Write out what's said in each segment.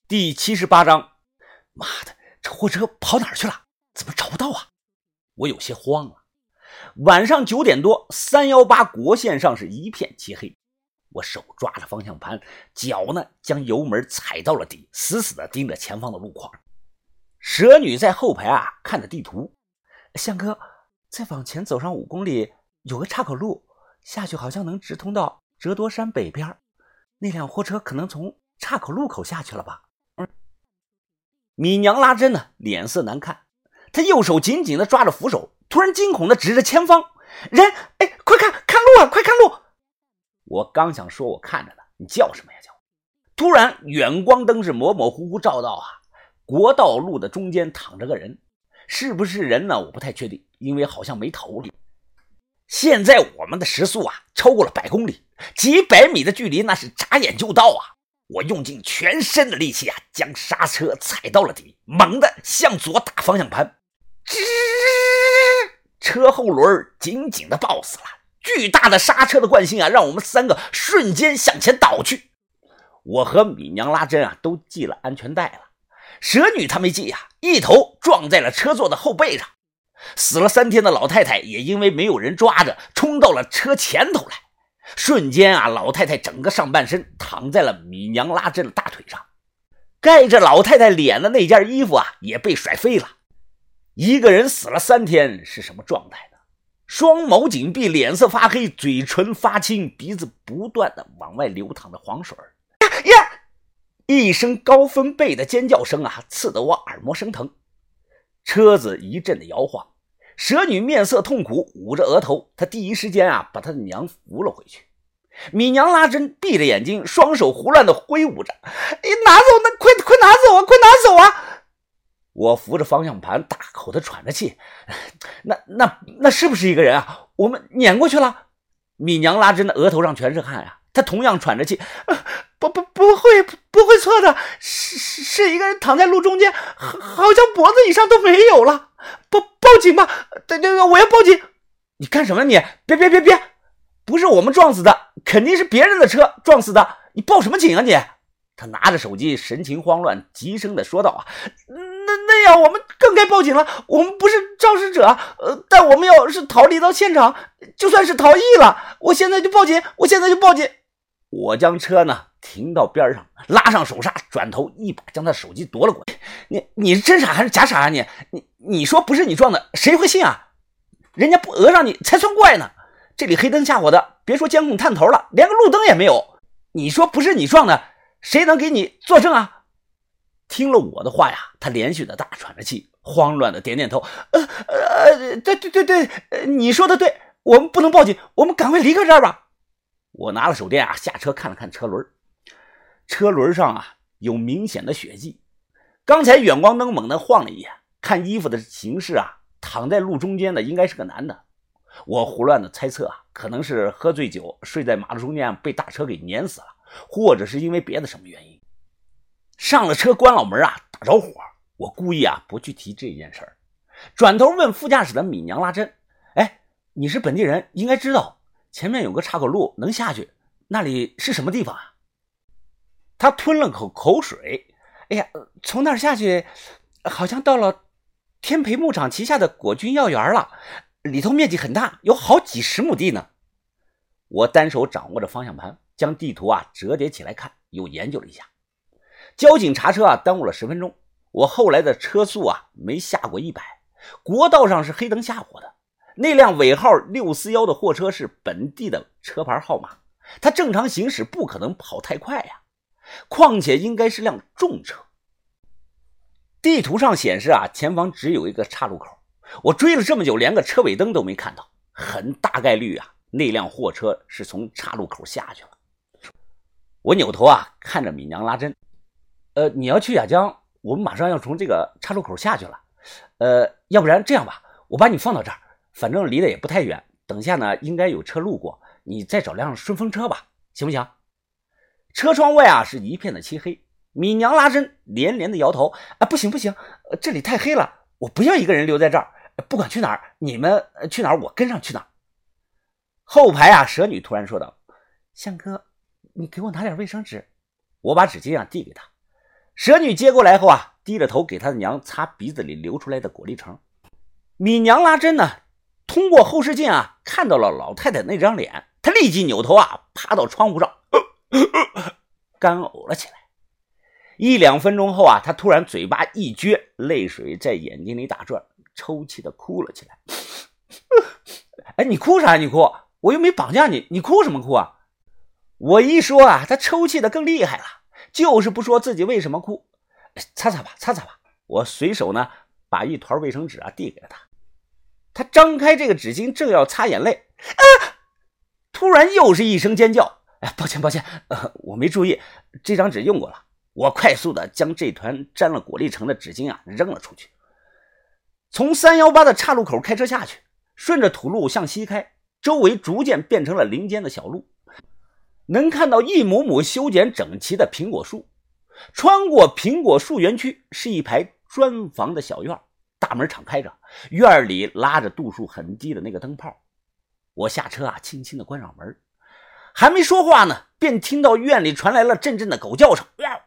第78章，妈的，这货车跑哪儿去了？怎么找不到啊？我有些慌了。晚上9点多，318国线上是一片漆黑。我手抓着方向盘，脚呢将油门踩到了底，死死地盯着前方的路况。蛇女在后排看着地图，向哥，再往前走上5公里，有个岔口路，下去好像能直通到折多山北边。那辆货车可能从岔口路口下去了吧？米娘拉针呢，脸色难看，她右手紧紧地抓着扶手，突然惊恐地指着前方，人，快看路啊，快看路！我刚想说我看着呢，你叫什么呀叫？突然远光灯是模模糊糊照到国道路的中间躺着个人，是不是人呢？我不太确定，因为好像没头了。现在我们的时速超过了100公里，几百米的距离那是眨眼就到我用尽全身的力气将刹车踩到了底，猛地向左打方向盘，车后轮紧紧地抱死了。巨大的刹车的惯性让我们3个瞬间向前倒去。我和米娘拉针都系了安全带了，蛇女她没系一头撞在了车座的后背上。死了3天的老太太也因为没有人抓着，冲到了车前头来。瞬间老太太整个上半身躺在了米娘拉针的大腿上，盖着老太太脸的那件衣服也被甩飞了。一个人死了3天是什么状态呢？双眸紧闭，脸色发黑，嘴唇发青，鼻子不断的往外流淌着黄水呀！一声高分贝的尖叫声刺得我耳膜生疼。车子一阵的摇晃，蛇女面色痛苦，捂着额头，她第一时间把她的娘扶了回去。米娘拉针闭着眼睛，双手胡乱的挥舞着，拿走，快拿走快拿走我扶着方向盘，大口的喘着气。那是不是一个人我们碾过去了。米娘拉针的额头上全是汗她同样喘着气。不会错的，是一个人躺在路中间，好像脖子以上都没有了。报警吧！对，我要报警！你干什么你？别！不是我们撞死的，肯定是别人的车撞死的。你报什么警你？他拿着手机，神情慌乱，急声的说道那样我们更该报警了。我们不是肇事者，但我们要是逃离到现场，就算是逃逸了。我现在就报警！我将车呢停到边上，拉上手刹，转头一把将他手机夺了过去。你是真傻还是假傻你说不是你撞的，谁会信人家不讹上你才算怪呢。这里黑灯瞎火的，别说监控探头了，连个路灯也没有。你说不是你撞的，谁能给你作证听了我的话他连续的大喘着气，慌乱的点点头。对，你说的对，我们不能报警，我们赶快离开这儿吧。我拿了手电下车看了看车轮，车轮上有明显的血迹。刚才远光灯猛地晃了一眼，看衣服的形式躺在路中间的应该是个男的。我胡乱的猜测可能是喝醉酒睡在马路中间被大车给碾死了，或者是因为别的什么原因。上了车关了门打着火。我故意不去提这件事儿，转头问副驾驶的米娘拉针，你是本地人，应该知道前面有个岔口路能下去，那里是什么地方他吞了口水，从那儿下去好像到了天培牧场旗下的果菌药园了，里头面积很大，有好几十亩地呢。我单手掌握着方向盘，将地图折叠起来看，又研究了一下。交警查车耽误了10分钟，我后来的车速没下过100，国道上是黑灯瞎火的。那辆尾号641的货车是本地的车牌号码，它正常行驶不可能跑太快况且应该是辆重车。地图上显示前方只有一个岔路口，我追了这么久连个车尾灯都没看到，很大概率那辆货车是从岔路口下去了。我扭头看着米娘拉针，你要去雅江，我们马上要从这个岔路口下去了，要不然这样吧，我把你放到这儿，反正离得也不太远，等下呢应该有车路过，你再找辆顺风车吧，行不行？车窗外是一片的漆黑，米娘拉针连连的摇头，不行，这里太黑了，我不要一个人留在这儿，不管去哪儿，你们去哪儿我跟上去哪儿。后排蛇女突然说道，向哥，你给我拿点卫生纸。我把纸巾递给他。 蛇女接过来后啊，低着头给她的娘擦鼻子里流出来的果粒橙。米娘拉针呢，通过后视镜啊，看到了老太太那张脸，她立即扭头啊，趴到窗户上，干呕了起来。1-2分钟后啊，她突然嘴巴一撅，泪水在眼睛里打转，抽泣的哭了起来。哎，你哭啥？你哭？我又没绑架你，你哭什么哭啊？我一说啊，她抽泣的更厉害了，就是不说自己为什么哭。擦擦吧，擦擦吧。我随手呢，把一团卫生纸啊递给了她。她张开这个纸巾，正要擦眼泪，突然又是一声尖叫。哎，抱歉抱歉，我没注意，这张纸用过了。我快速的将这团沾了果粒橙的纸巾啊扔了出去。从318的岔路口开车下去，顺着土路向西开，周围逐渐变成了林间的小路，能看到一亩亩修剪整齐的苹果树。穿过苹果树园区是一排砖房的小院，大门敞开着，院里拉着度数很低的那个灯泡。我下车啊，轻轻的关上门，还没说话呢，便听到院里传来了阵阵的狗叫声。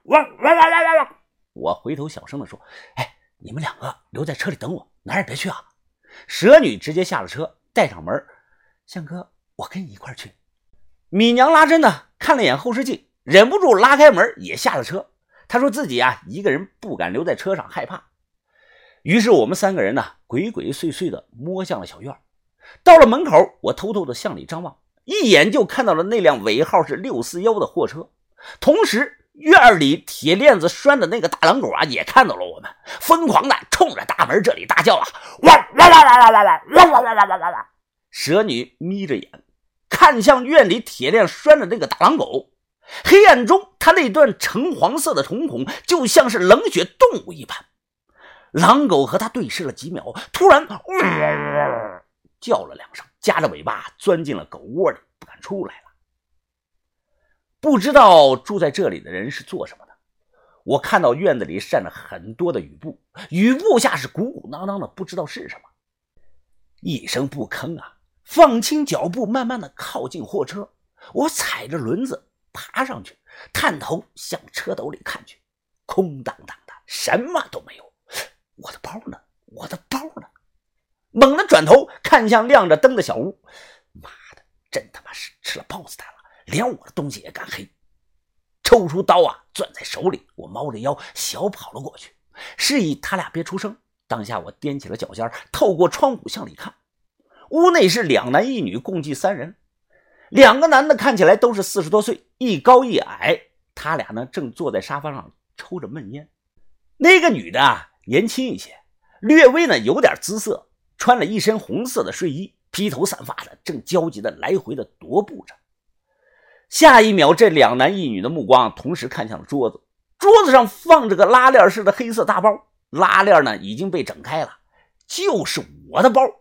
我回头小声的说：“哎，你们2个留在车里等我，哪儿也别去啊。”蛇女直接下了车，带上门：“向哥，我跟你一块去。”米娘拉针呢，看了眼后视镜，忍不住拉开门也下了车。她说自己啊一个人不敢留在车上，害怕。于是我们3个人呢，鬼鬼祟祟的摸向了小院。到了门口，我偷偷的向里张望，一眼就看到了那辆尾号是641的货车。同时院里铁链子拴的那个大狼狗啊也看到了我们，疯狂的冲着大门这里大叫啊！蛇女眯着眼看向院里铁链拴的那个大狼狗，黑暗中它那段橙黄色的瞳孔就像是冷血动物一般。狼狗和它对视了几秒，突然叫了2声，夹着尾巴钻进了狗窝里，不敢出来了。不知道住在这里的人是做什么的。我看到院子里站着很多的雨布，雨布下是鼓鼓囊囊的，不知道是什么。一声不吭啊，放轻脚步，慢慢的靠近货车。我踩着轮子爬上去，探头向车斗里看去，空荡荡的，什么都没有。我的包呢？我的包呢？猛地转头看向亮着灯的小屋，妈的，真他妈是吃了豹子胆了，连我的东西也敢黑。抽出刀啊，攥在手里，我猫着腰小跑了过去，示意他俩别出声。当下我踮起了脚尖，透过窗户向里看，屋内是2男1女，共计3人。2个男的看起来都是40多岁，一高一矮，他俩呢正坐在沙发上抽着闷烟。那个女的啊年轻一些，略微呢有点姿色，穿了一身红色的睡衣，披头散发的，正焦急的来回的踱步着。下一秒，这2男1女的目光同时看向了桌子，桌子上放着个拉链式的黑色大包，拉链呢已经被整开了，就是我的包。